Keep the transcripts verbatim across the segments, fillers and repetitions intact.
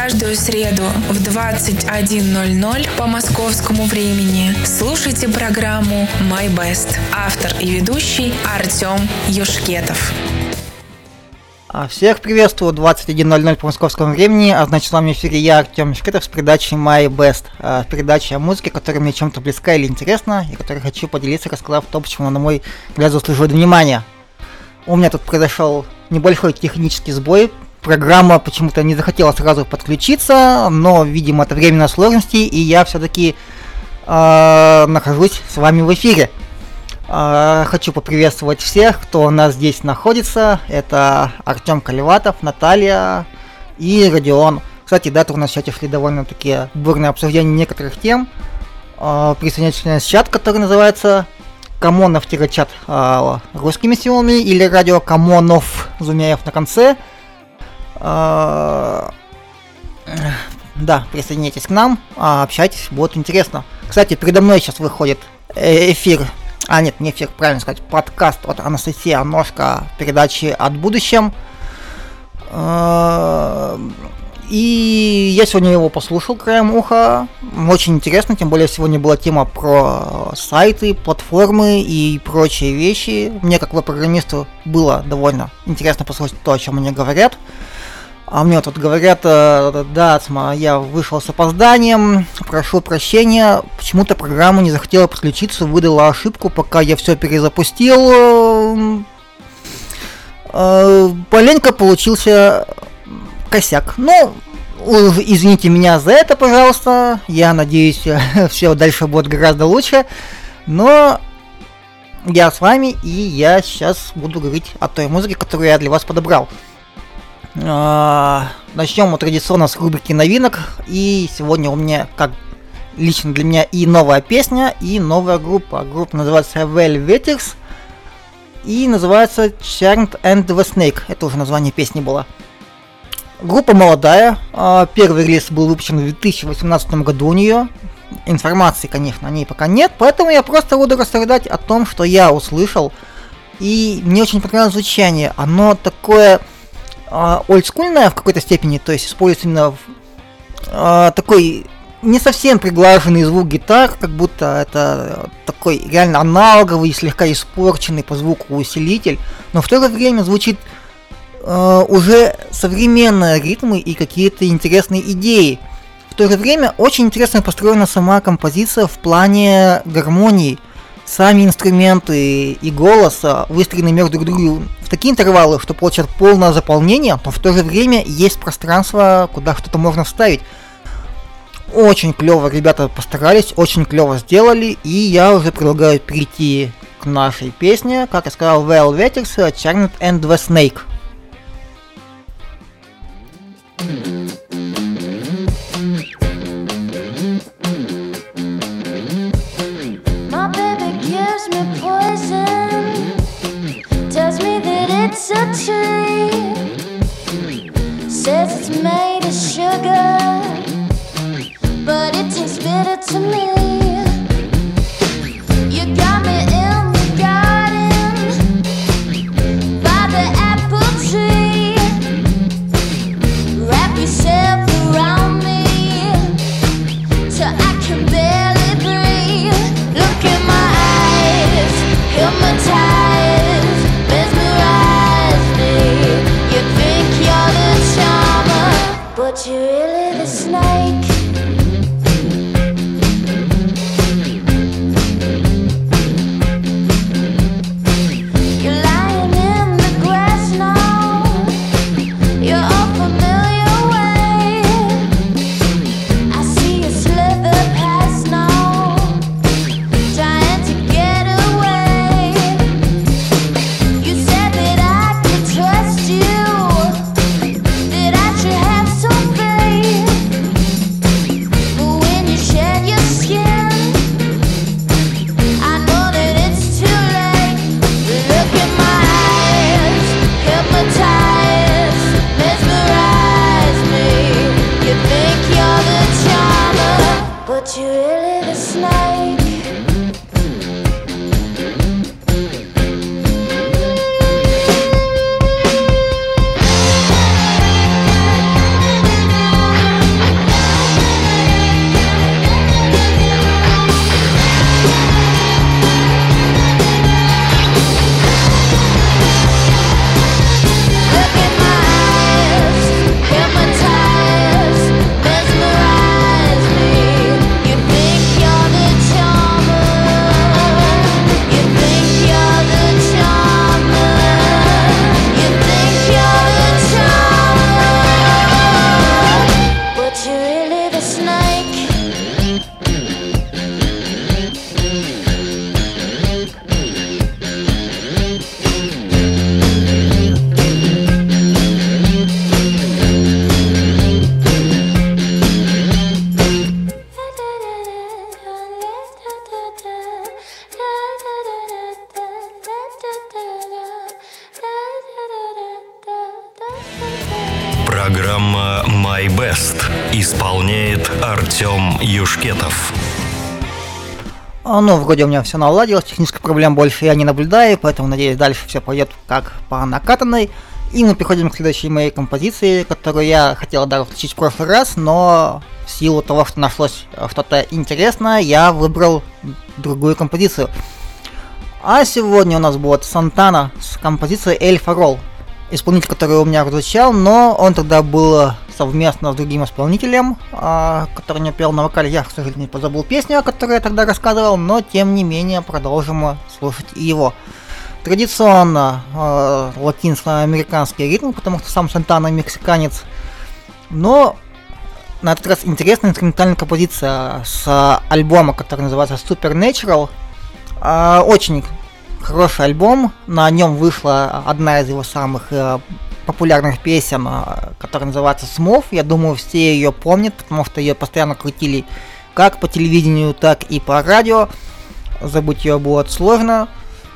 каждую среду в двадцать один ноль ноль по московскому времени слушайте программу My Best. Автор и ведущий Артем Юшкетов. Всех приветствую, двадцать один ноль ноль по московскому времени, а значит, с вами в эфире я, Артем Юшкетов, с передачей My Best. Передача о музыке, которая мне чем-то близка или интересна, и которой хочу поделиться, рассказав то, почему она, на мой взгляд, заслуживает внимания. У меня тут произошел небольшой технический сбой. Программа почему-то не захотела сразу подключиться, но, видимо, это временные сложности, и я все-таки э, нахожусь с вами в эфире. Э, хочу поприветствовать всех, кто у нас здесь находится. Это Артем Каливатов, Наталья и Родион. Кстати, до этого у нас в чате шли довольно такие бурные обсуждения некоторых тем. Э, присоединяйтесь в чат, который называется Камонов-чат э, русскими силами или радио Камонов, Зумяев на конце. Uh, да, присоединяйтесь к нам, общайтесь, будет интересно. Кстати, передо мной сейчас выходит эфир, а нет, не эфир, правильно сказать, подкаст от Анастасии Аношко, передачи «От будущем». Uh, и я сегодня его послушал краем уха, очень интересно, тем более сегодня была тема про сайты, платформы и прочие вещи. Мне, как веб-программисту, было довольно интересно послушать то, о чем они говорят. А мне тут говорят, да, я вышел с опозданием, прошу прощения, почему-то программа не захотела подключиться, выдала ошибку, пока я все перезапустил. Маленько получился косяк. Ну, извините меня за это, пожалуйста, я надеюсь, все дальше будет гораздо лучше, но я с вами, и я сейчас буду говорить о той музыке, которую я для вас подобрал. Начнем мы традиционно с рубрики новинок, и сегодня у меня, как лично для меня, и новая песня, и новая группа. Группа называется Velvetix и называется Charmed and the Snake. Это уже название песни было. Группа молодая, первый релиз был выпущен в две тысячи восемнадцатом году у нее. Информации, конечно, о ней пока нет, поэтому я просто буду рассказать о том, что я услышал, и мне очень понравилось звучание. Оно такое олдскульная в какой-то степени, то есть используется именно э, такой не совсем приглаженный звук гитар, как будто это такой реально аналоговый, слегка испорченный по звуку усилитель, но в то же время звучит э, уже современные ритмы и какие-то интересные идеи. В то же время очень интересно построена сама композиция в плане гармонии. Сами инструменты и голос выстроены между друг другом в такие интервалы, что получат полное заполнение, но в то же время есть пространство, куда что-то можно вставить. Очень клево ребята постарались, очень клево сделали, и я уже предлагаю перейти к нашей песне, как я сказал, Velvetix, Charmed and the Snake. It's a tree, says it's made of sugar, but it tastes bitter to me. You got me in the garden, by the apple tree. Wrap yourself around me, till I can barely breathe. Look in my eyes, hypnotized, mesmerized. You think you're the charmer, Программа My Best. Исполняет Артем Юшкетов. А, ну, вроде у меня все наладилось, технических проблем больше я не наблюдаю, поэтому, надеюсь, дальше все пойдет как по накатанной. И мы переходим к следующей моей композиции, которую я хотел даже включить в прошлый раз, но в силу того, что нашлось что-то интересное, я выбрал другую композицию. А сегодня у нас будет Сантана с композицией El Farol, исполнитель, который у меня звучал, но он тогда был совместно с другим исполнителем, а, который не пел на вокале. Я, к сожалению, позабыл песню, о которой я тогда рассказывал, но тем не менее продолжим слушать и его. Традиционно э, латиноамериканский ритм, потому что сам Сантана мексиканец, но на этот раз интересная инструментальная композиция с альбома, который называется Supernatural. Э, очень хороший альбом, на нем вышла одна из его самых э, популярных песен, которая называется Smooth. Я думаю, все ее помнят, потому что ее постоянно крутили как по телевидению, так и по радио. Забыть ее будет сложно.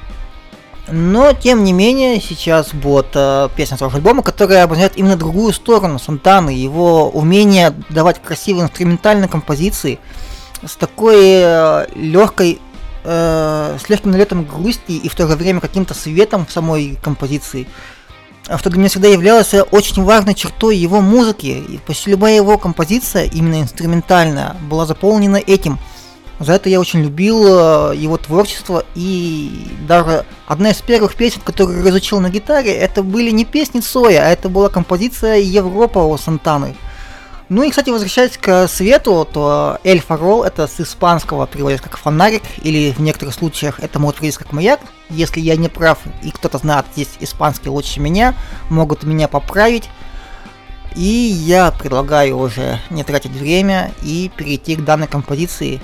Но, тем не менее, сейчас будет э, песня с этого альбома, которая обозначает именно другую сторону Сантаны, его умение давать красивые инструментальные композиции с такой э, легкой, э, с легким налетом грусти и в то же время каким-то светом в самой композиции, что для меня всегда являлось очень важной чертой его музыки. И почти любая его композиция, именно инструментальная, была заполнена этим. За это я очень любил его творчество, и даже одна из первых песен, которую я разучил на гитаре, это были не песни Цоя, а это была композиция Европа у Сантаны. Ну и, кстати, возвращаясь к свету, то El Farol это с испанского переводится как фонарик, или в некоторых случаях это может переводиться как маяк. Если я не прав и кто-то знает здесь испанский лучше меня, могут меня поправить. И я предлагаю уже не тратить время и перейти к данной композиции.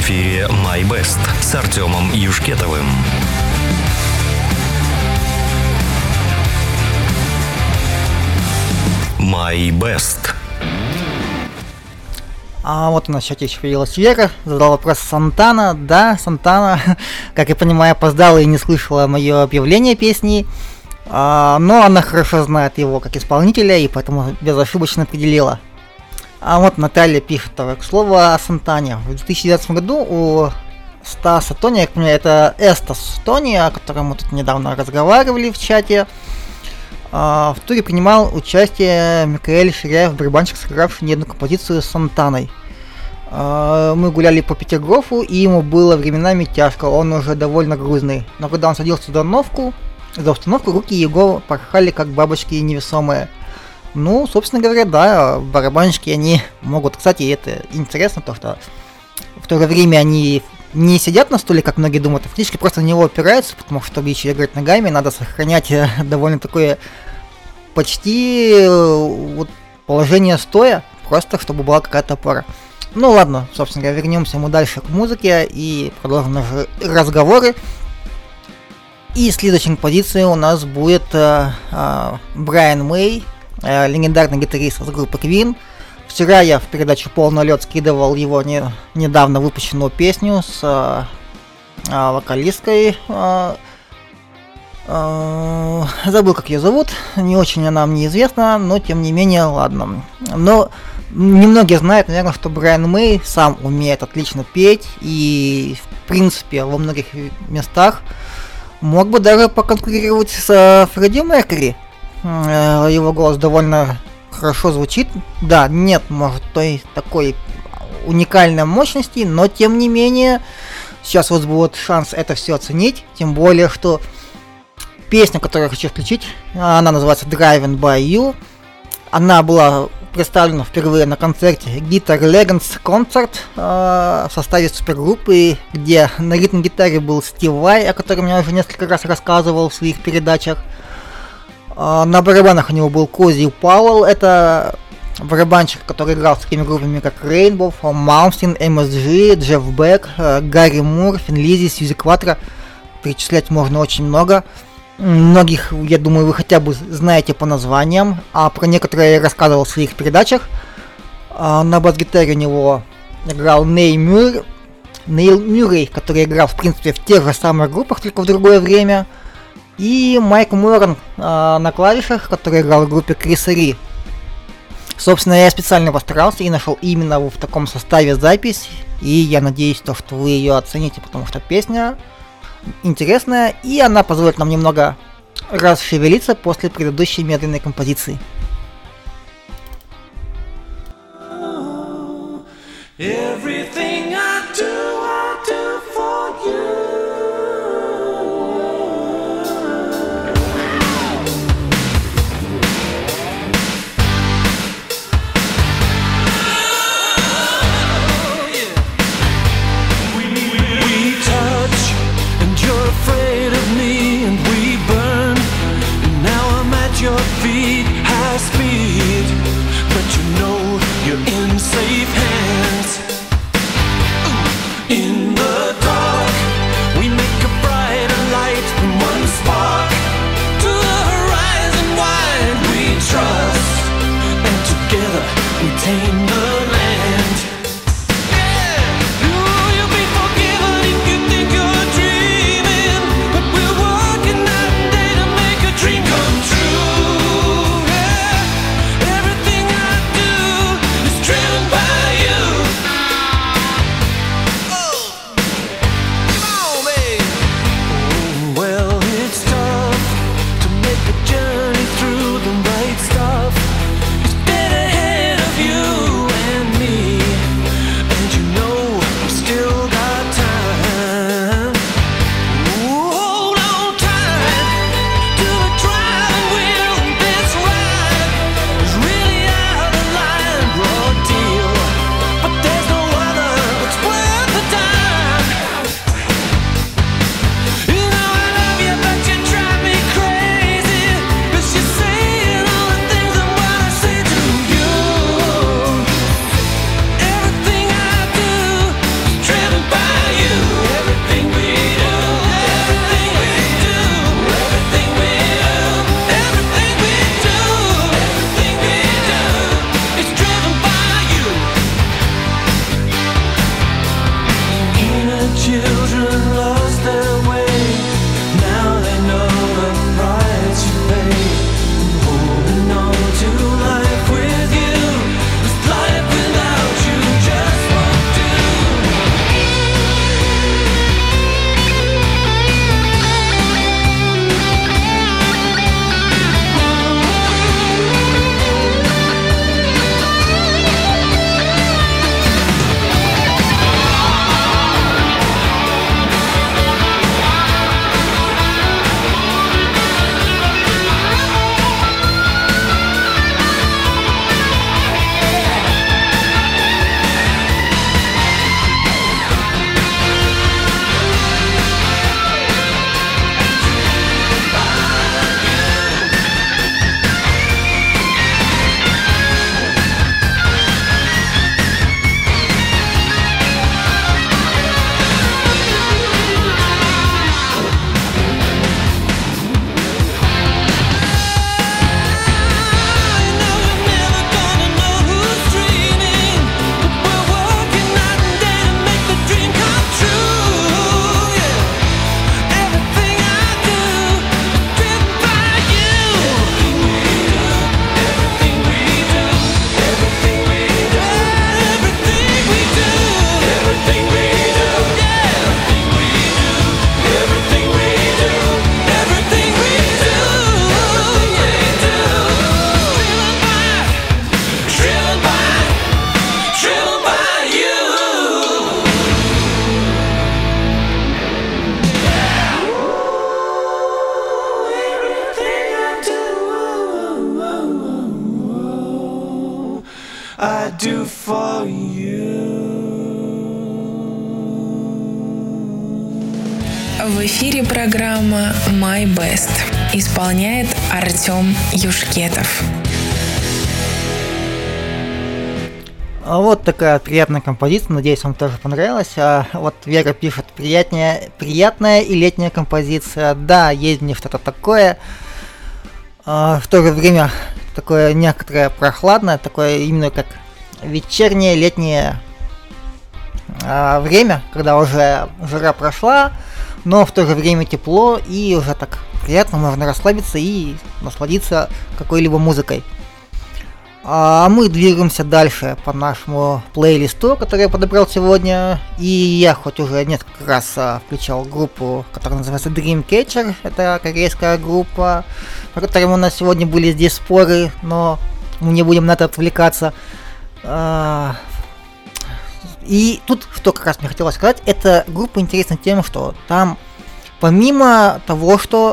эфире My Best с Артемом Юшкетовым. My Best. А вот у нас в чате еще появилась Вера, задала вопрос Сантана. Да, Сантана, как я понимаю, опоздала и не слышала мое объявление песни, а, но она хорошо знает его как исполнителя и поэтому безошибочно определила. А вот Наталья пишет, к слову о Сантане. В две тысячи девятнадцатом году у Стаса Тони, я понимаю, это Эстас Тони, о котором мы тут недавно разговаривали в чате, в туре принимал участие Микаэль Ширяев, барабанщик, сыгравший не одну композицию с Сантаной. Мы гуляли по Петергофу, и ему было временами тяжко, он уже довольно грузный. Но когда он садился за установку, за установку, руки его порхали как бабочки невесомые. Ну, собственно говоря, да, барабанщики, они могут, кстати, это интересно, то что в то же время они не сидят на стуле, как многие думают, а фактически просто на него опираются, потому что, чтобы еще играть ногами, надо сохранять довольно такое почти вот, положение стоя, просто чтобы была какая-то опора. Ну ладно, собственно говоря, вернемся мы дальше к музыке и продолжим наши разговоры. И следующей композицией у нас будет э, э, Брайан Мэй, э, легендарный гитарист из группы Queen. Вчера я в передачу «Полный лед» скидывал его не, недавно выпущенную песню с э, э, вокалисткой. Э, э, забыл, как ее зовут, не очень она мне известна, но тем не менее, ладно. Но немногие знают, наверное, что Брайан Мэй сам умеет отлично петь и, в принципе, во многих местах мог бы даже поконкурировать с э, Фредди Меркьюри. Э, его голос довольно хорошо звучит, да, нет, может, той такой уникальной мощности, но тем не менее, сейчас у вас будет шанс это все оценить, тем более, что песня, которую я хочу включить, она называется Driving by You, она была представлена впервые на концерте Guitar Legends Concert э, в составе супергруппы, где на ритм-гитаре был Стив Vai, о котором я уже несколько раз рассказывал в своих передачах. На барабанах у него был Кози Пауэлл, это барабанщик, который играл с такими группами как Rainbow, Malmsteen, эм эс джи, Джефф Бек, Гарри Мур, Фин Лизи, Сьюзи Кватро. Перечислять можно очень много. Многих, я думаю, вы хотя бы знаете по названиям, а про некоторые я рассказывал в своих передачах. На бас-гитаре у него играл Нейл Мюррей, Нейл Мюррей, который играл, в принципе, в тех же самых группах, только в другое время. И Майк Моран э, на клавишах, который играл в группе Криса Ри. Собственно, я специально постарался и нашел именно в таком составе запись. И я надеюсь, то, что вы ее оцените, потому что песня интересная. И она позволит нам немного расшевелиться после предыдущей медленной композиции. Everything I do, I do for you. Your feet, high speed, but you know you're in safe hands. In the dark, we make a brighter light from one spark to the horizon wide. We trust, and together we tame the land. Yeah, you'll be forgiven if you think you're dreaming, but we're working night and day to make a dream come true. Journey through the right stuff is dead ahead of you. I do for you. В эфире программа My Best. Исполняет Артем Юшкетов. Вот такая приятная композиция, надеюсь, вам тоже понравилась. А вот Вера пишет, приятная, приятная и летняя композиция. Да, есть в ней что-то такое. А в то же время такое некоторое прохладное, такое именно как вечернее, летнее а, время, когда уже жара прошла, но в то же время тепло и уже так приятно, можно расслабиться и насладиться какой-либо музыкой. А мы двигаемся дальше по нашему плейлисту, который я подобрал сегодня. И я хоть уже несколько раз а, включал группу, которая называется Dreamcatcher. Это корейская группа, по которой у нас сегодня были здесь споры, но мы не будем на это отвлекаться. А, и тут, что как раз мне хотелось сказать, эта группа интересна тем, что там, помимо того, что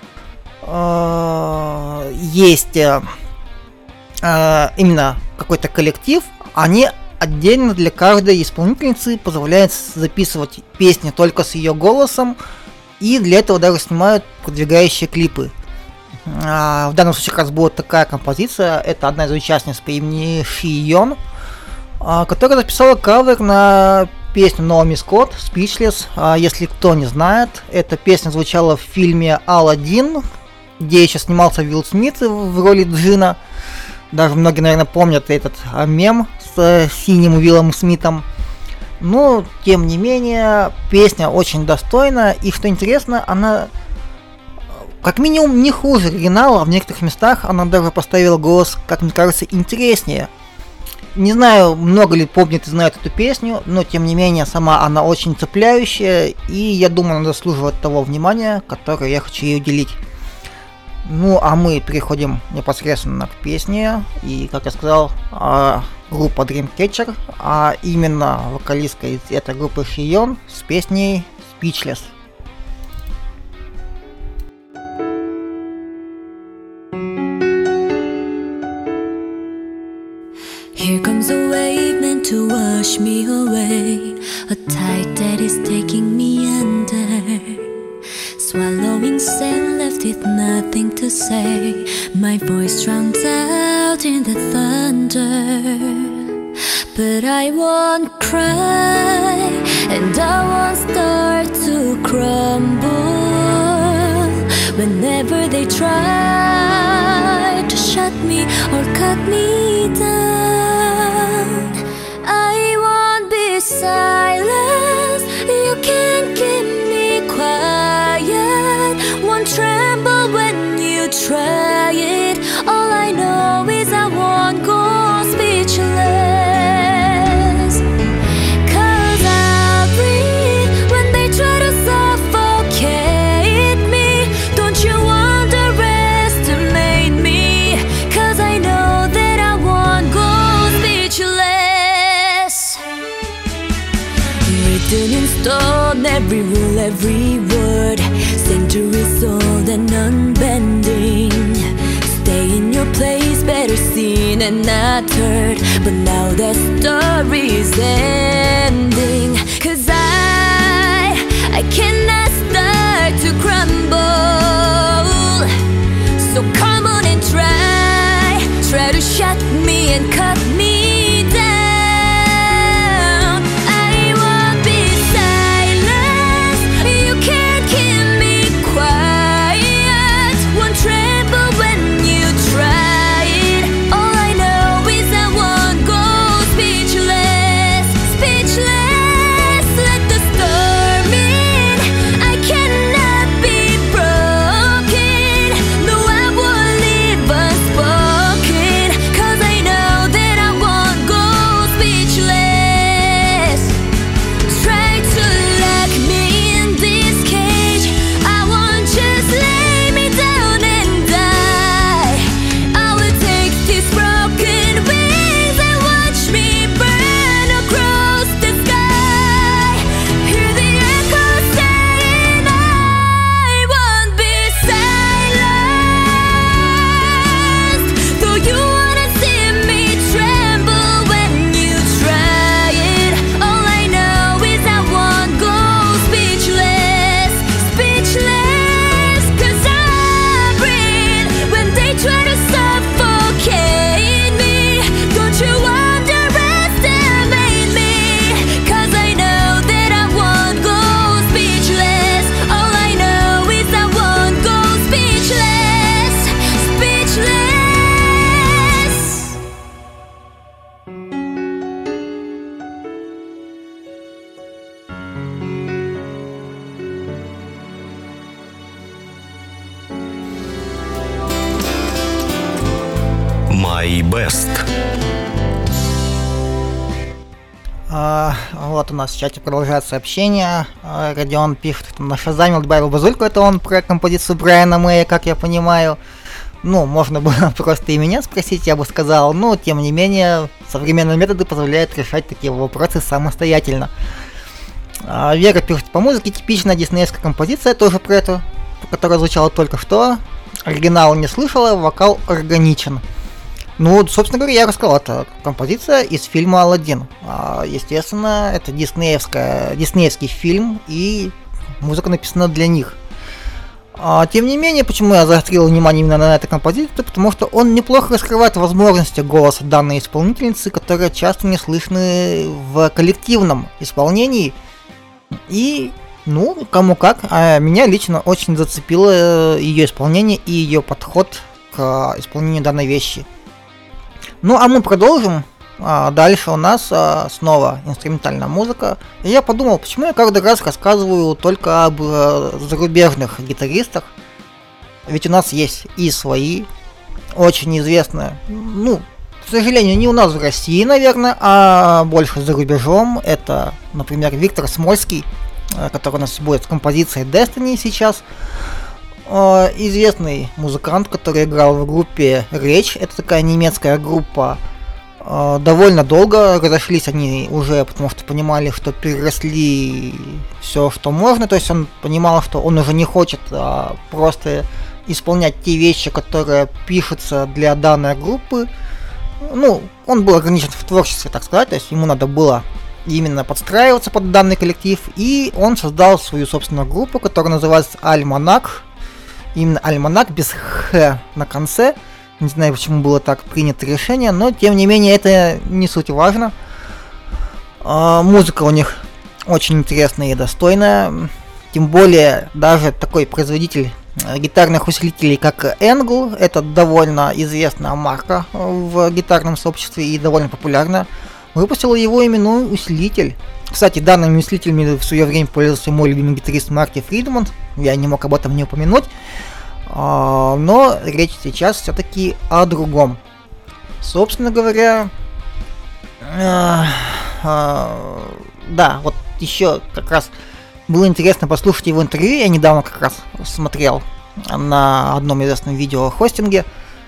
а, есть... Uh, именно какой-то коллектив, они отдельно для каждой исполнительницы позволяют записывать песни только с ее голосом, и для этого даже снимают продвигающие клипы. Uh, в данном случае как раз была такая композиция, это одна из участниц по имени Ши Йон, uh, которая записала кавер на песню Наоми Скотт Speechless. Uh, если кто не знает, эта песня звучала в фильме «Аладдин», где еще снимался Уилл Смит в роли Джина. Даже многие, наверное, помнят этот а, мем с а, синим Уиллом Смитом. Но, тем не менее, песня очень достойна. И, что интересно, она, как минимум, не хуже оригинала. В некоторых местах она даже поставила голос, как мне кажется, интереснее. Не знаю, много ли помнит и знает эту песню, но, тем не менее, сама она очень цепляющая. И, я думаю, она заслуживает того внимания, которое я хочу ей уделить. Ну, а мы переходим непосредственно к песне, и, как я сказал, группа Dreamcatcher, а именно вокалистка из этой группы Ши Йон с песней Speechless. Here comes a wave meant to wash me away, a tide that is taking me under. Swallowing sand left with nothing to say, my voice drowns out in the thunder. But I won't cry, and I won't start to crumble. Whenever they try to shut me or cut me down, I won't be silenced, you can't keep me quiet. Won't tremble when you try it. All I know is I won't go speechless, 'cause I'll breathe when they try to suffocate me. Don't you underestimate me, 'cause I know that I won't go speechless. Written in stone, every rule, every word, centuries old and unbending. Stay in your place, better seen and not heard. But now that story's ending, 'cause I, I cannot start to crumble. So come on and try, try to shut me and cut me down. I won't be silent, you can't keep me quiet. Won't tremble when you try it. All I know is I won't go speechless, speechless. Let the storm in, I cannot be broken. No, I won't leave unspoken, 'cause I know that I MyBest. А, вот у нас в чате продолжает сообщение. А, Родион пишет, что на Шазаме добавил базульку, это он про композицию Брайана Мэя, как я понимаю. Ну, можно было просто и меня спросить, я бы сказал, но тем не менее, современные методы позволяют решать такие вопросы самостоятельно. А, Вера пишет, по музыке типичная диснеевская композиция, тоже про это, которая звучала только что. Оригинал не слышала, вокал органичен. Ну, собственно говоря, я рассказал, это композиция из фильма «Аладдин». А, естественно, это диснеевская, диснеевский фильм, и музыка написана для них. А, тем не менее, почему я заострил внимание именно на этой композиции, потому что он неплохо раскрывает возможности голоса данной исполнительницы, которые часто не слышны в коллективном исполнении. И, ну, кому как, а меня лично очень зацепило ее исполнение и ее подход к исполнению данной вещи. Ну, а мы продолжим. А, дальше у нас а, снова инструментальная музыка. И я подумал, почему я каждый раз рассказываю только об а, зарубежных гитаристах. Ведь у нас есть и свои, очень известные. Ну, к сожалению, не у нас в России, наверное, а больше за рубежом. Это, например, Виктор Смольский, который у нас будет с композицией Destiny сейчас. Известный музыкант, который играл в группе Речь, это такая немецкая группа. Довольно долго разошлись они уже, потому что понимали, что переросли все, что можно. То есть он понимал, что он уже не хочет а, просто исполнять те вещи, которые пишутся для данной группы. Ну, он был ограничен в творчестве, так сказать, то есть ему надо было именно подстраиваться под данный коллектив, и он создал свою собственную группу, которая называется Альманак. Именно Альманак без Х на конце. Не знаю, почему было так принято решение, но тем не менее это не суть важно. А, музыка у них очень интересная и достойная. Тем более даже такой производитель гитарных усилителей, как Энгл, это довольно известная марка в гитарном сообществе и довольно популярная, выпустила его именной усилитель. Кстати, данными усилителями в свое время пользовался мой любимый гитарист Марти Фридман, я не мог об этом не упомянуть. А, но речь сейчас все-таки о другом. Собственно говоря, а, а, да, вот еще как раз было интересно послушать его интервью, я недавно как раз смотрел на одном известном видеохостинге,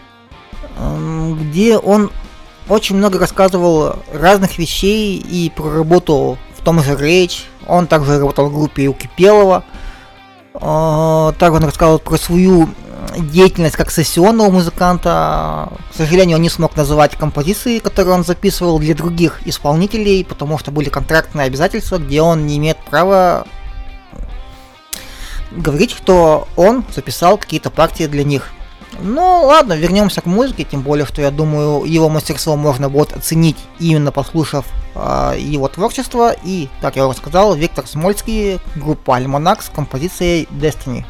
где он очень много рассказывал разных вещей и про работу в том же Рейдж. Он также работал в группе у Кипелова. Также он рассказывал про свою деятельность как сессионного музыканта. К сожалению, он не смог называть композиции, которые он записывал для других исполнителей, потому что были контрактные обязательства, где он не имеет права говорить, что он записал какие-то партии для них. Ну ладно, вернемся к музыке, тем более, что я думаю, его мастерство можно будет оценить, именно послушав э, его творчество. И, как я уже сказал, Виктор Смольский, группа Альманак с композицией Destiny.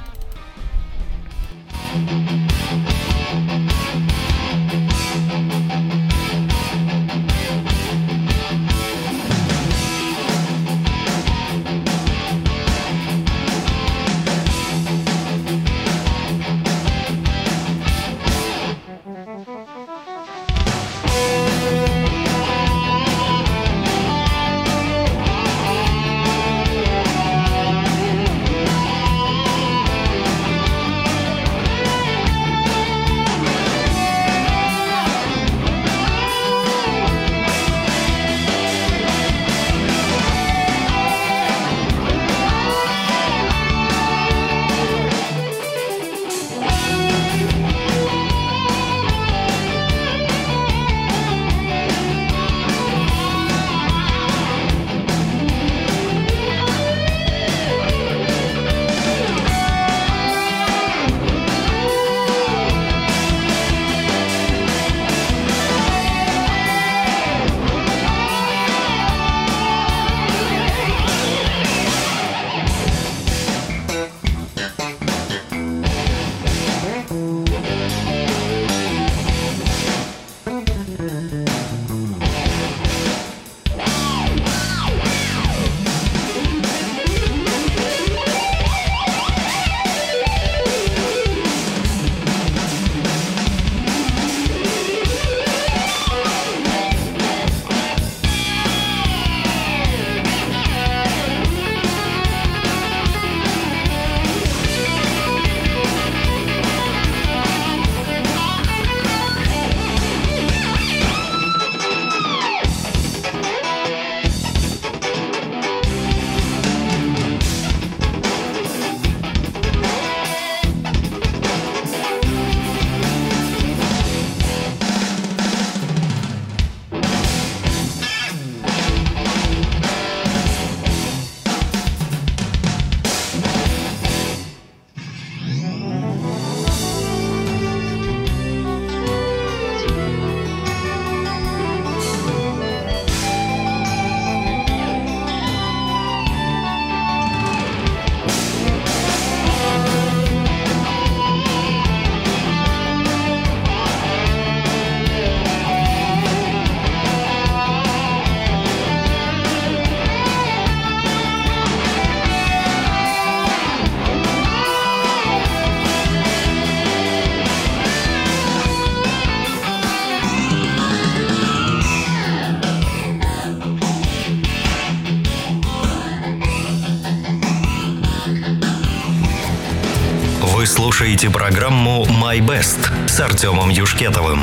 слушаете программу My Best с Артемом Юшкетовым.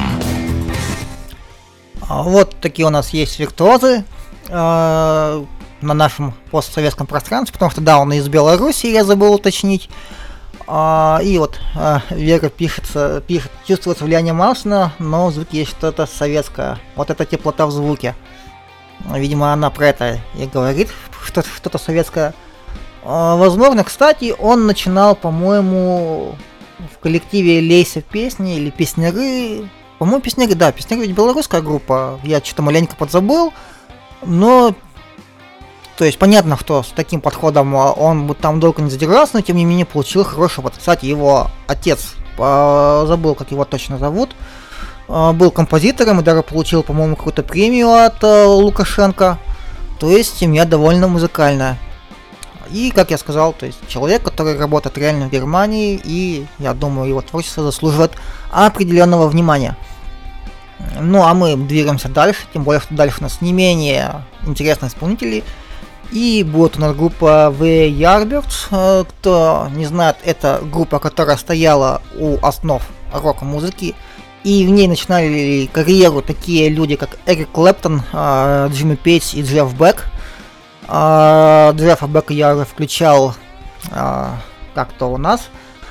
Вот такие у нас есть виртуозы э, на нашем постсоветском пространстве, потому что, да, он из Беларуси, я забыл уточнить. А, и вот а, Вера пишется, пишет, чувствуется влияние Мартина, но в звуке есть что-то советское. Вот эта теплота в звуке. Видимо, она про это и говорит, что-то, что-то советское. А, возможно, кстати, он начинал, по-моему, в коллективе Лейся песни или Песняры. По-моему, Песняры, да, Песняры ведь белорусская группа. Я что-то маленько подзабыл. Но... То есть понятно, что с таким подходом он бы там долго не задержался, но тем не менее получил хороший опыт. Кстати, его отец, забыл, как его точно зовут, был композитором и даже получил, по-моему, какую-то премию от Лукашенко. То есть семья довольно музыкальная. И, как я сказал, то есть человек, который работает реально в Германии, и я думаю, его творчество заслуживает определенного внимания. Ну а мы двигаемся дальше, тем более, что дальше у нас не менее интересные исполнители. И будет у нас группа The Yardbirds. Кто не знает, это группа, которая стояла у основ рок-музыки. И в ней начинали карьеру такие люди, как Эрик Клэптон, Джимми Пейдж и Джефф Бек. Джеффа Бека я уже включал как-то у нас.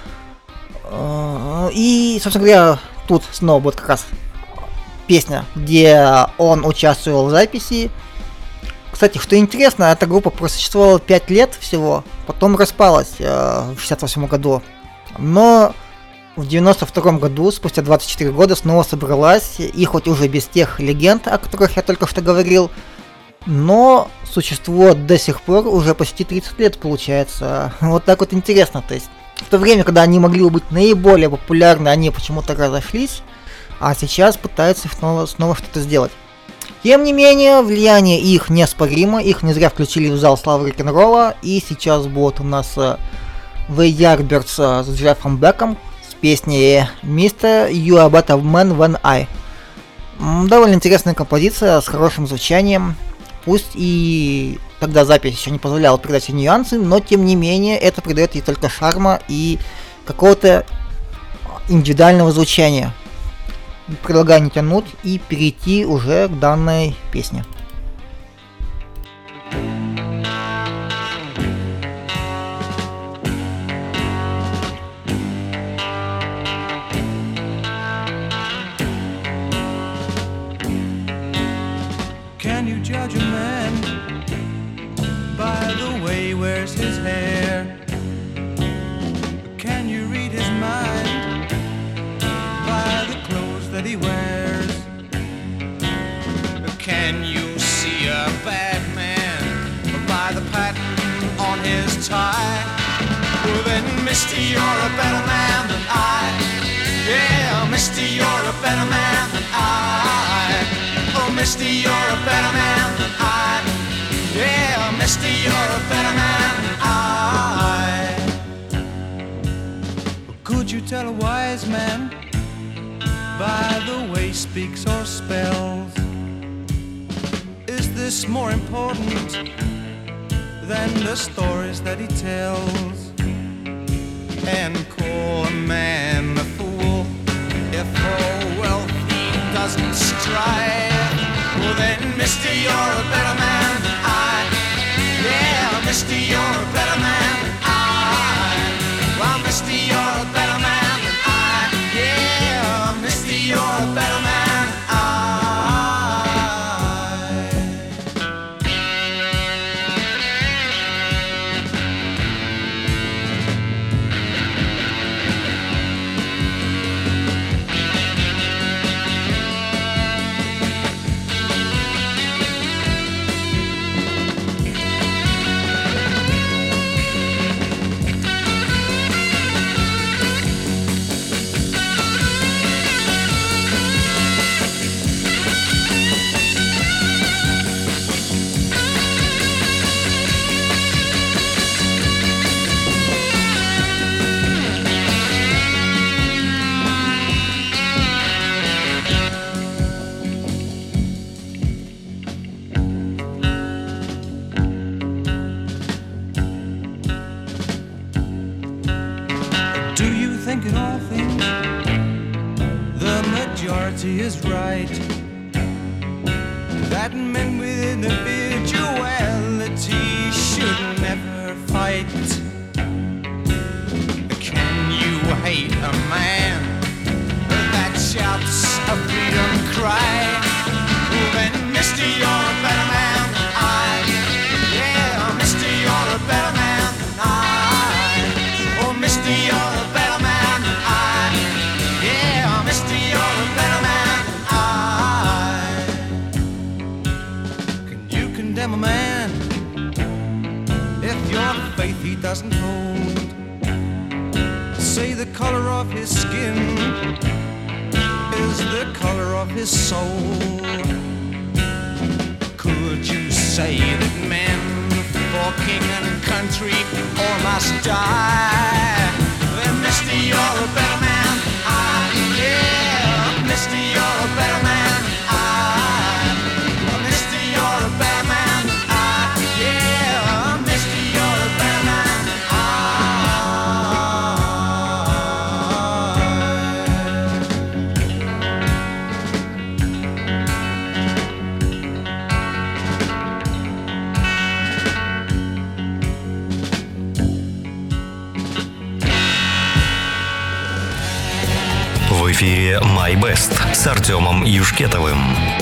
И, собственно говоря, тут снова будет как раз песня, где он участвовал в записи. Кстати, что интересно, эта группа просуществовала пять лет всего, потом распалась э, в шестьдесят восьмом году. Но в девяносто втором году, спустя двадцать четыре года, снова собралась, и хоть уже без тех легенд, о которых я только что говорил, но существует до сих пор уже почти тридцать лет, получается. Вот так вот интересно, то есть в то время, когда они могли быть наиболее популярны, они почему-то разошлись, а сейчас пытаются снова, снова что-то сделать. Тем не менее, влияние их неоспоримо, их не зря включили в зал славы рок-н-ролла, и сейчас будет у нас The Yardbirds с Джеффом Беком с песней «Mister You a Better Man Than I». Довольно интересная композиция с хорошим звучанием, пусть и тогда запись еще не позволяла передать все нюансы, но тем не менее это придает ей только шарма и какого-то индивидуального звучания. Предлагаю не тянуть и перейти уже к данной песне. Can you judge a man by the way he wears his hair? Can you read his mind that he wears? Can you see a bad man by the pattern on his tie? Well then, mister, you're a better man than I. Yeah, mister, you're a better man than I. Oh, mister, you're a better man than I. Yeah, mister, you're a better man than I. Could you tell a wise man by the way he speaks or spells? Is this more important than the stories that he tells? And call a man a fool if for wealth he doesn't strive? Well then, mister, you're a better man than I. Yeah, mister, you're a better man than I. Well, mister, you're a better man than I. Yeah, mister, you're a better man than I. morality is right, that men with individuality should never fight. Can you hate a man that shouts a freedom cry? Well, then, mister, you're a better man than I. Yeah, mister, you're a better man than I. Oh, mister, you're a better man than I. Yeah, mister, you're a better man than I. Can you condemn a man if your faith he doesn't hold? Say the color of his skin is the color of his soul. Could you say that men for king and country all must die? Then, mister, you're a better man than I. Yeah, mister, you're a better man than I. Mister, you're a better man than I. Yeah, mister, you're a better man than I. В эфире My Best с Артемом Юшкетовым.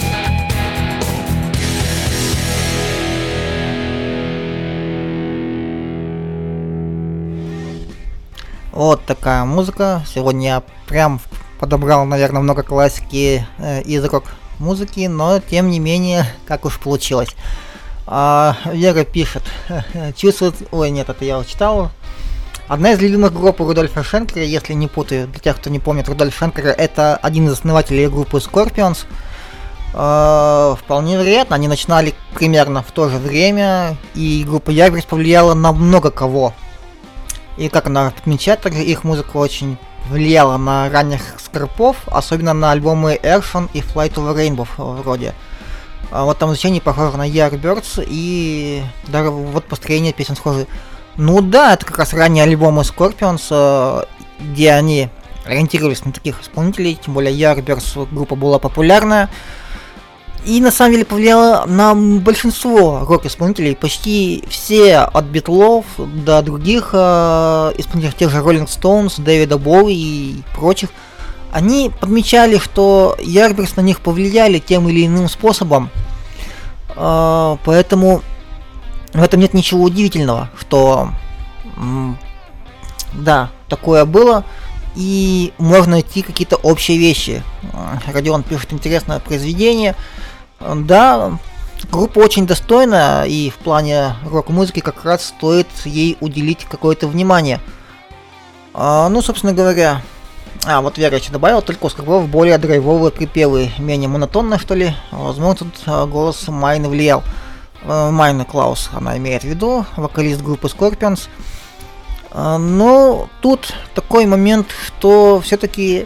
Вот такая музыка. Сегодня я прям подобрал, наверное, много классики э, из рок-музыки, но тем не менее, как уж получилось. А, Вера пишет, чувствует... Ой, нет, это я читал. Одна из любимых групп Рудольфа Шенкера, если не путаю, для тех, кто не помнит, Рудольф Шенкера — это один из основателей группы Scorpions. Э, вполне вероятно, они начинали примерно в то же время, и группа Ярберс повлияла на много кого. И как она отмечает, также их музыка очень влияла на ранних скорпов, особенно на альбомы Airshon и Flight Over Rainbow вроде. А вот там звучание похоже на Yardbirds, и даже вот построение песен схожи. Ну да, это как раз ранние альбомы Scorpions, где они ориентировались на таких исполнителей, тем более Yardbirds группа была популярная. И на самом деле повлияло на большинство рок-исполнителей, почти все от Битлов до других э, исполнителей, тех же Rolling Stones, Дэвида Боуи и прочих. Они подмечали, что Yardbirds на них повлияли тем или иным способом, э, поэтому в этом нет ничего удивительного, что м- да, такое было, и можно найти какие-то общие вещи. Родион пишет интересное произведение. Да, группа очень достойная, и в плане рок-музыки как раз стоит ей уделить какое-то внимание. А, ну, собственно говоря, а вот Вера еще добавила, только у скорбов более драйвовые припевы, менее монотонные, что ли. Возможно, тут голос Майны влиял. Майны Клаус она имеет в виду, вокалист группы Scorpions. А, но тут такой момент, что все-таки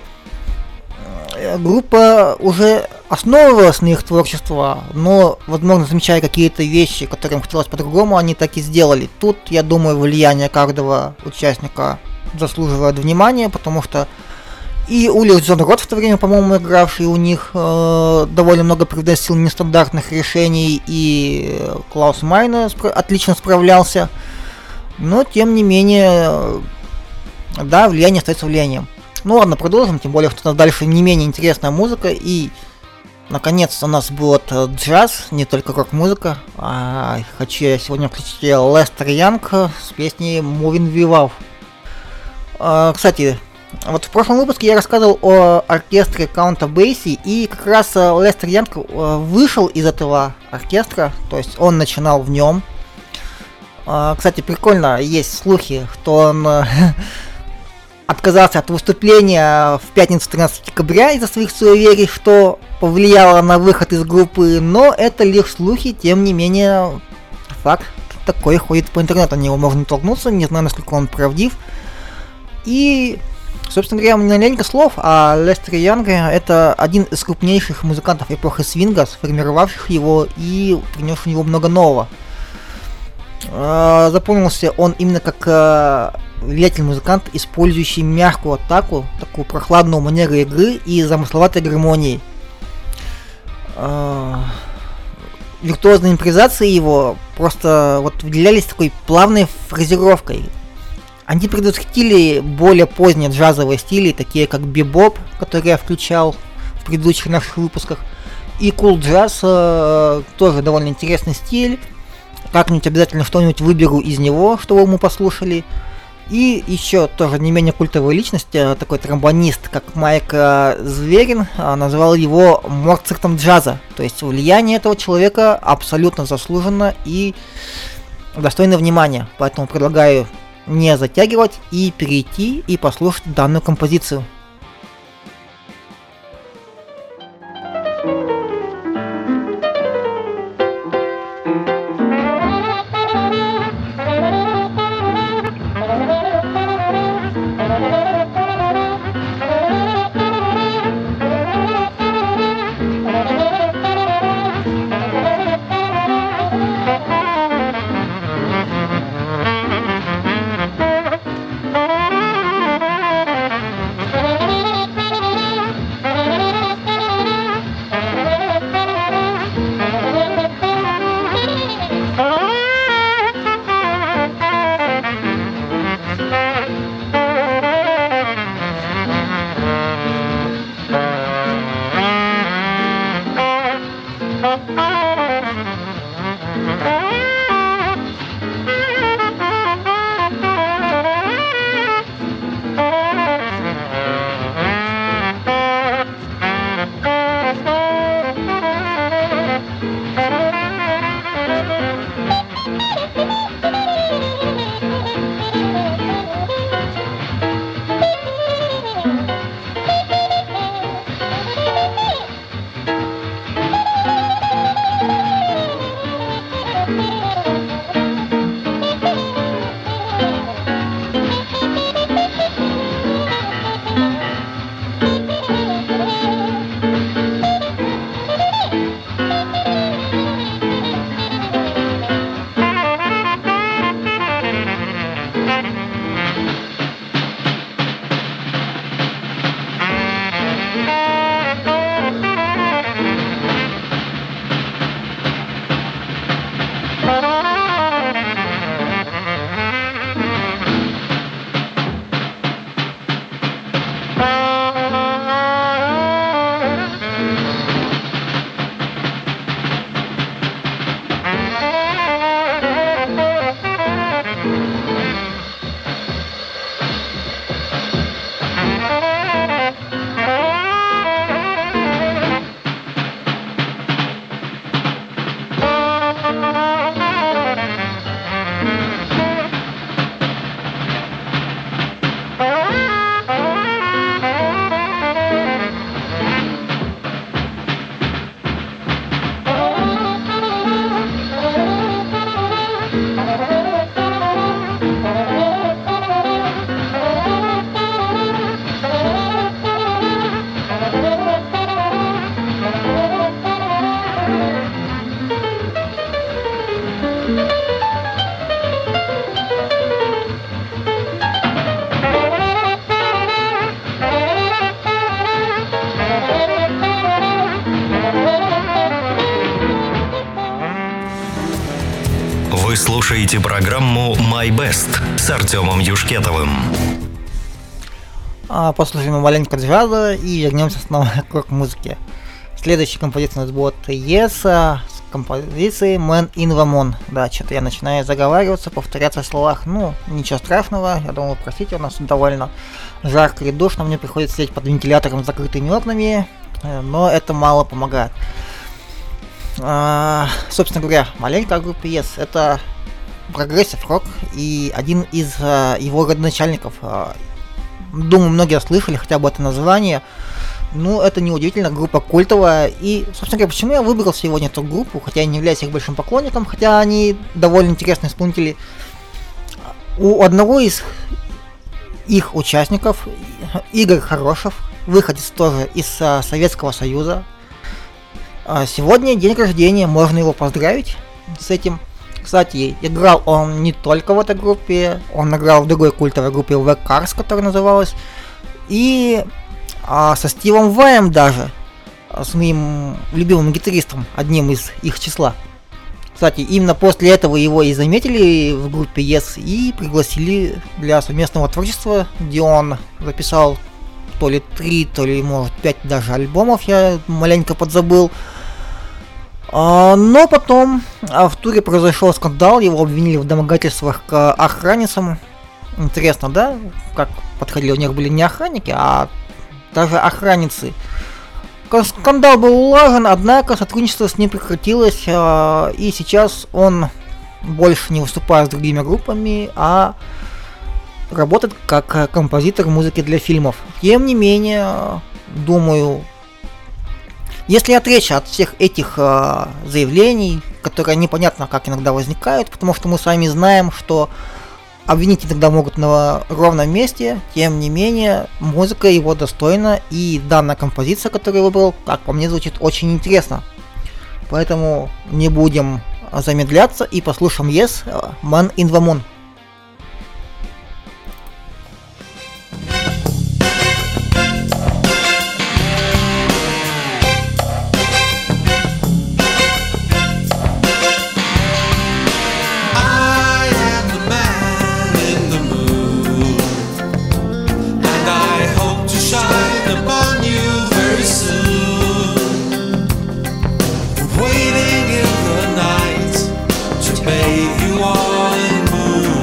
группа уже основывалась на их творчество, но, возможно, замечая какие-то вещи, которым хотелось по-другому, они так и сделали. Тут, я думаю, влияние каждого участника заслуживает внимания, потому что и Ули Джон Рот в то время, по-моему, игравший у них, э, довольно много привносил нестандартных решений, и Клаус Майне спра- отлично справлялся. Но, тем не менее, да, влияние остается влиянием. Ну ладно, продолжим, тем более, что у нас дальше не менее интересная музыка, и наконец у нас будет джаз, не только рок-музыка. А хочу я сегодня включить Лестер Янг с песней Moving Without. А, кстати, вот в прошлом выпуске я рассказывал о оркестре Каунта Бейси, и как раз Лестер Янг вышел из этого оркестра, то есть он начинал в нем. А, кстати, прикольно, есть слухи, что он отказался от выступления в пятницу тринадцатого декабря из-за своих суеверий, что повлияло на выход из группы, но это лишь слухи, тем не менее факт такой ходит по интернету, на него можно толкнуться, не знаю, насколько он правдив. И, собственно говоря, у меня маленько слов, а Лестер Янг — это один из крупнейших музыкантов эпохи свинга, сформировавших его и принесших в него много нового. Запомнился он именно как влиятельный музыкант, использующий мягкую атаку, такую прохладную манеру игры и замысловатой гармонии. Виртуозные импровизации его просто вот выделялись такой плавной фразировкой. Они предвосхитили более поздние джазовые стили, такие как бибоп, который я включал в предыдущих наших выпусках, и кул джаз, э, тоже довольно интересный стиль. Как-нибудь обязательно что-нибудь выберу из него, чтобы мы послушали. И еще тоже не менее культовая личность, такой тромбонист, как Майк Зверин, назвал его Моцартом джаза. То есть влияние этого человека абсолютно заслуженно и достойно внимания. Поэтому предлагаю не затягивать и перейти и послушать данную композицию. Вы слушаете программу My Best с Артемом Юшкетовым. А, послушаем маленько джаза и вернемся снова к рок-музыке. Следующая композиция у нас будет Yes с композицией Man in the Moon. Да, что-то я начинаю заговариваться, повторяться в словах. Ну, ничего страшного, я думаю, простите, у нас довольно жарко и душно, мне приходится сидеть под вентилятором с закрытыми окнами, но это мало помогает. А, собственно говоря, маленькая группа Yes — это прогрессив рок и один из а, его родоначальников. А, думаю, многие слышали хотя бы это название. Ну, это неудивительно, группа культовая. И, собственно говоря, почему я выбрал сегодня эту группу, хотя я не являюсь их большим поклонником, хотя они довольно интересные исполнители. У одного из их участников, Игорь Хорошев, выходец тоже из а, Советского Союза. А сегодня день рождения, можно его поздравить с этим. Кстати, играл он не только в этой группе, он играл в другой культовой группе The Cars, которая называлась, и а, со Стивом Ваем даже, с моим любимым гитаристом, одним из их числа. Кстати, именно после этого его и заметили в группе Yes и пригласили для совместного творчества, где он записал то ли три, то ли, может, пять даже альбомов, я маленько подзабыл. А, но потом а, в туре произошел скандал, его обвинили в домогательствах к охранницам. Интересно, да, как подходили, у них были не охранники, а даже охранницы. Скандал был улажен, однако сотрудничество с ним прекратилось, а, и сейчас он больше не выступает с другими группами, а работает как композитор музыки для фильмов. Тем не менее, думаю, если отречься от всех этих а, заявлений, которые непонятно как иногда возникают, потому что мы сами знаем, что обвинить иногда могут на ровном месте, тем не менее, музыка его достойна, и данная композиция, которую я выбрал, как по мне, звучит очень интересно. Поэтому не будем замедляться и послушаем Yes, Man in the Moon. Waiting in the night to bathe you all in blue.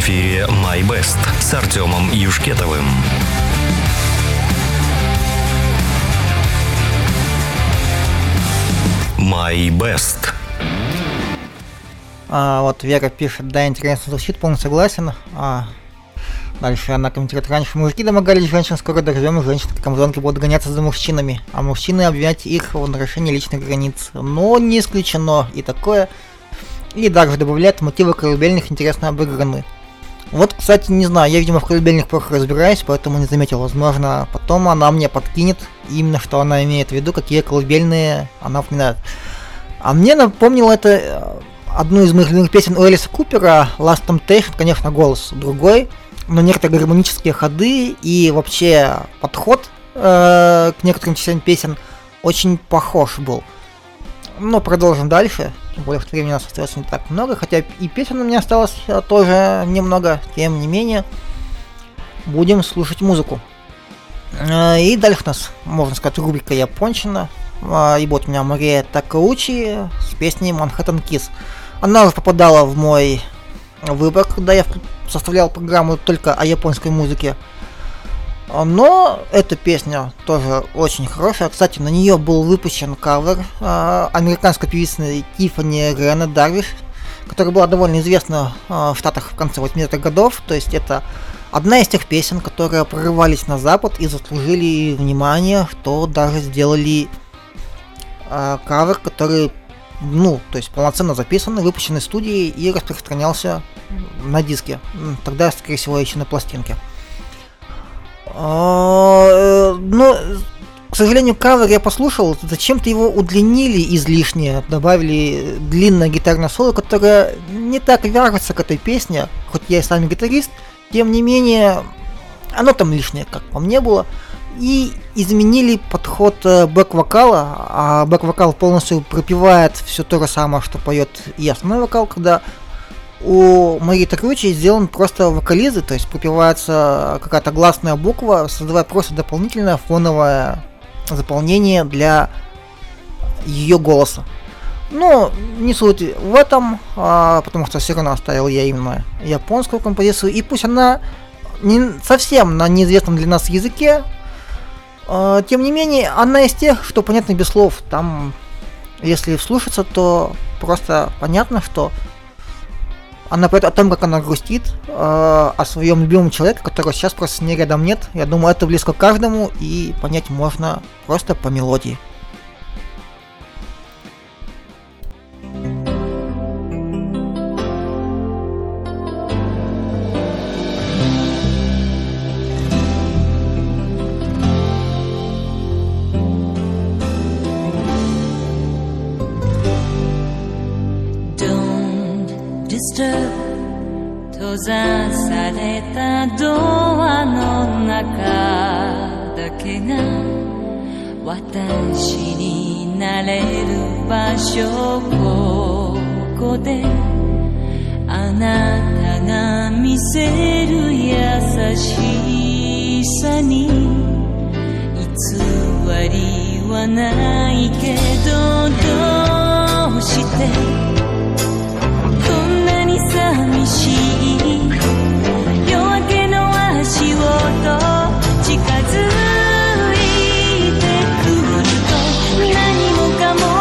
эфире My Best с Артемом Юшкетовым. My Best. А, вот Вера пишет, да, интересно звучит, полностью согласен. А, дальше она комментирует, раньше мужики домогались женщин, скоро доживем, и женщины как амазонки будут гоняться за мужчинами, а мужчины обвинять их в нарушении личных границ. Но не исключено и такое. И также добавляет, мотивы колыбельных интересно обыграны. Вот, кстати, не знаю, я, видимо, в колыбельных плохо разбираюсь, поэтому не заметил. Возможно, потом она мне подкинет именно, что она имеет в виду, какие колыбельные она упоминает. А мне напомнило это одну из моих любимых песен у Элиса Купера, Last Temptation, конечно, голос другой, но некоторые гармонические ходы и вообще подход э, к некоторым частям песен очень похож был. Но продолжим дальше, тем более, что времени у нас остается не так много, хотя и песен у меня осталось тоже немного, тем не менее, будем слушать музыку. И дальше у нас, можно сказать, рубрика «Японщина», и вот у меня Мария Такаучи с песней «Manhattan Kiss». Она уже попадала в мой выбор, когда я составлял программу только о японской музыке. Но эта песня тоже очень хорошая. Кстати, на нее был выпущен кавер э, американской певицы Тиффани Рена Дарвиш, которая была довольно известна э, в Штатах в конце восьмидесятых годов. То есть это одна из тех песен, которые прорывались на Запад и заслужили внимание, что даже сделали э, кавер, который, ну, то есть полноценно записан, выпущенный студией и распространялся на диске. Тогда, скорее всего, еще на пластинке. Но, к сожалению, кавер я послушал, зачем-то его удлинили излишне, добавили длинное гитарное соло, которое не так вяжется к этой песне, хоть я и сам гитарист, тем не менее, оно там лишнее, как по мне было, и изменили подход бэк-вокала, а бэк-вокал полностью пропевает все то же самое, что поет и основной вокал, когда у Марии Такаучи сделан просто вокализы, то есть пропевается какая-то гласная буква, создавая просто дополнительное фоновое заполнение для ее голоса. Но не суть в этом, а, потому что все равно оставил я именно японскую композицию, и пусть она не совсем на неизвестном для нас языке, а, тем не менее, она из тех, что понятно без слов. Там, если вслушаться, то просто понятно, что она поет о том, как она грустит, э, о своем любимом человеке, которого сейчас просто с ней рядом нет. Я думаю, это близко каждому, и понять можно просто по мелодии. 閉ざされたドアの中だけが私になれる場所、ここであなたが見せる優しさに偽りはないけど、どうして寂しい夜明けの足音近づいてくると、何もかも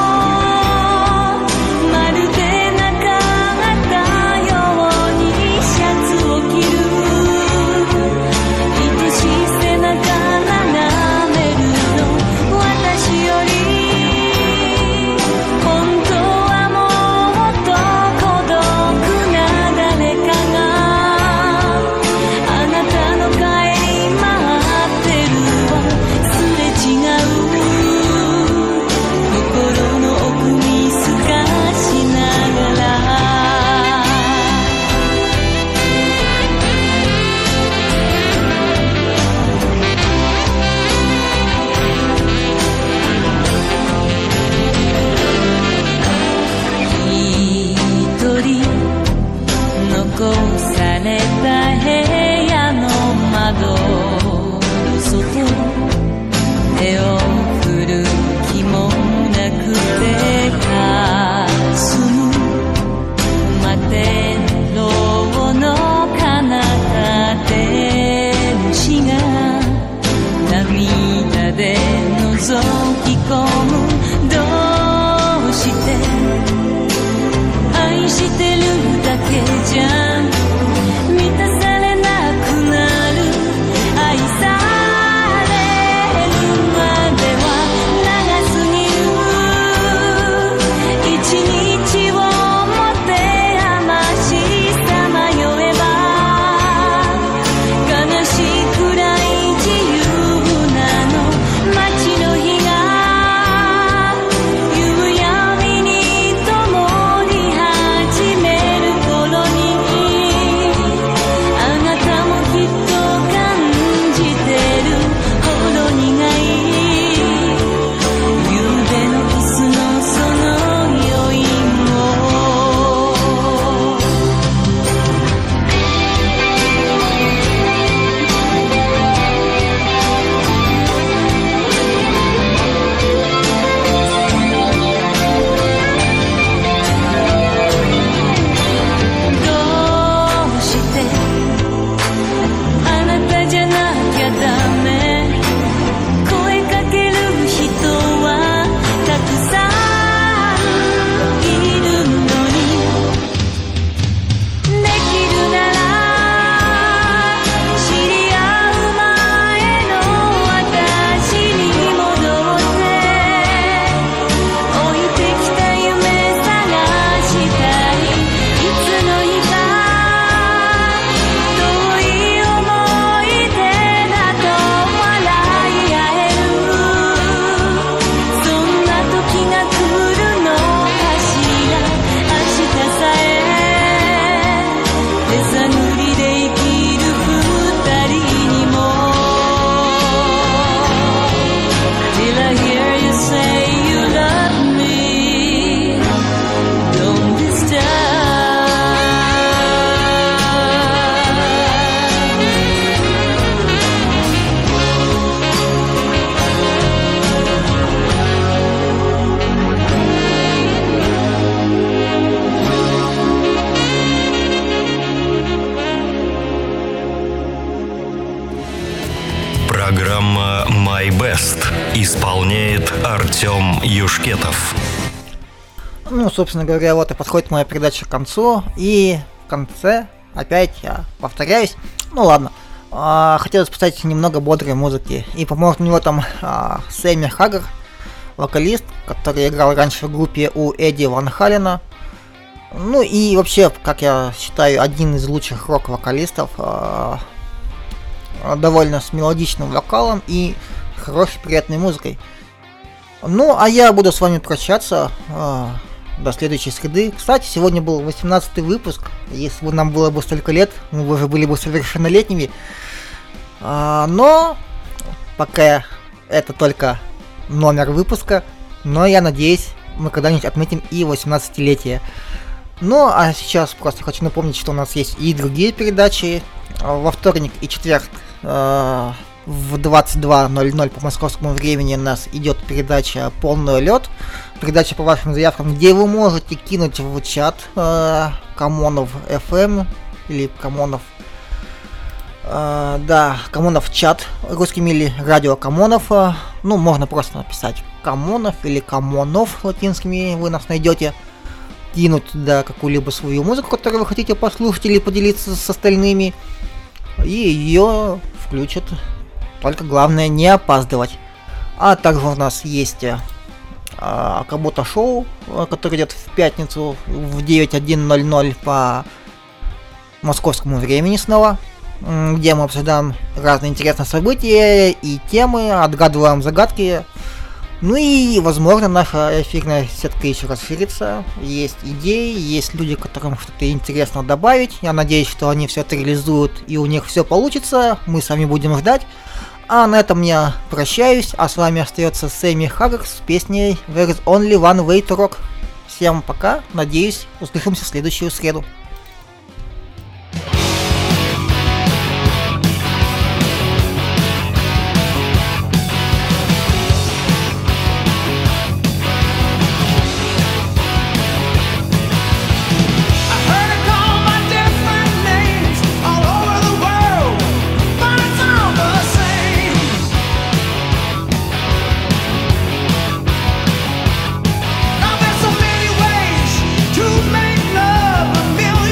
まるでなかったようにシャツを着る、愛しい背中眺めるの、私より本当はもっと孤独の My Best. Исполняет Артем Юшкетов. Ну, собственно говоря, вот и подходит моя передача к концу. И в конце опять я повторяюсь. Ну ладно. А, хотелось поставить немного бодрой музыки. И поможет мне в этом а, Сэмми Хаггар, вокалист, который играл раньше в группе у Эдди Ван Халена. Ну и вообще, как я считаю, один из лучших рок-вокалистов. А, довольно с мелодичным вокалом и хорошей, приятной музыкой. Ну, а я буду с вами прощаться. А, до следующей среды. Кстати, сегодня был восемнадцатый выпуск. Если бы нам было бы столько лет, мы бы уже были бы совершеннолетними. А, но пока это только номер выпуска. Но я надеюсь, мы когда-нибудь отметим и восемнадцатилетие. Ну, а сейчас просто хочу напомнить, что у нас есть и другие передачи. Во вторник и четверг э, в двадцать два ноль ноль по московскому времени у нас идет передача «Полный лед». Передача по вашим заявкам, где вы можете кинуть в чат э, Комонов эф эм или Комонов... Э, да, Комонов чат русскими или радио Комонов. Э, ну, можно просто написать Комонов или Комонов латинскими, вы нас найдете. Кинуть туда какую-либо свою музыку, которую вы хотите послушать или поделиться с остальными. И ее включат. Только главное не опаздывать. А также у нас есть а, Акабуто шоу, которое идет в пятницу в девять один ноль ноль по московскому времени снова, где мы обсуждаем разные интересные события и темы, отгадываем загадки. Ну и, возможно, наша эфирная сетка еще расширится. Есть идеи, есть люди, которым что-то интересно добавить. Я надеюсь, что они все это реализуют и у них все получится. Мы с вами будем ждать. А на этом я прощаюсь. А с вами остается Сэмми Хаггар с песней There is only one way to rock. Всем пока. Надеюсь, услышимся в следующую среду. To make love a million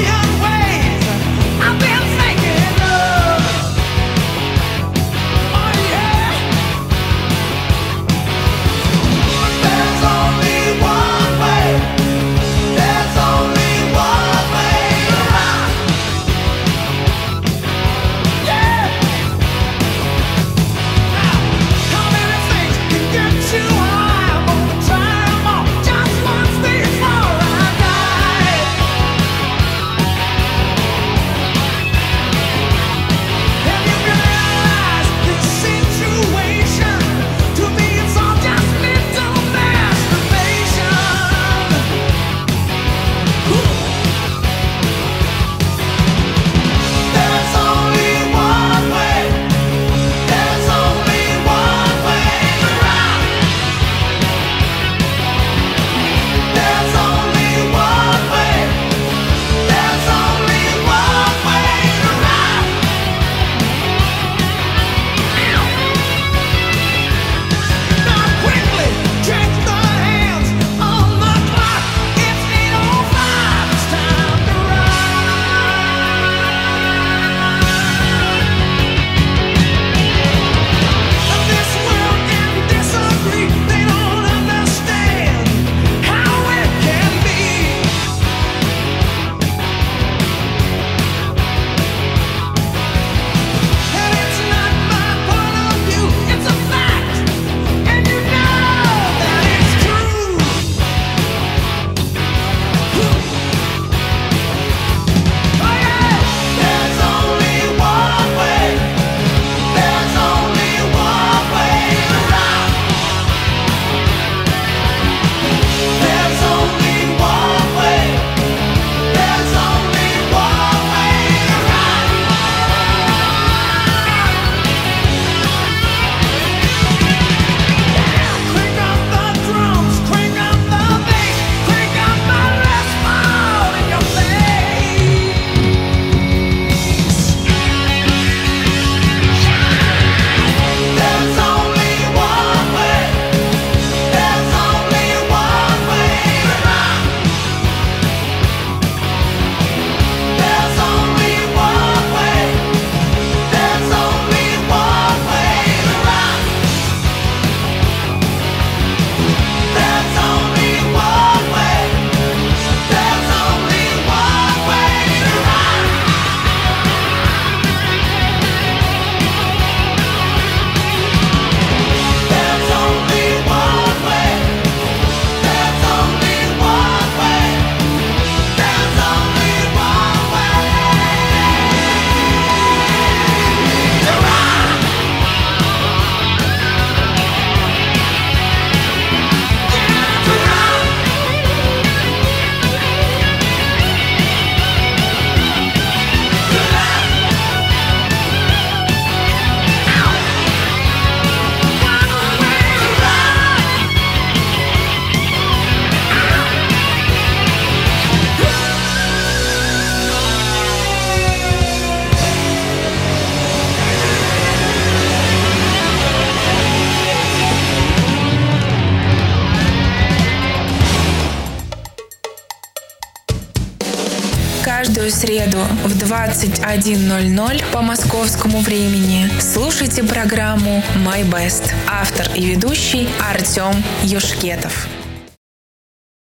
Каждую среду в двадцать один ноль ноль по московскому времени слушайте программу My Best. Автор и ведущий Артем Юшкетов.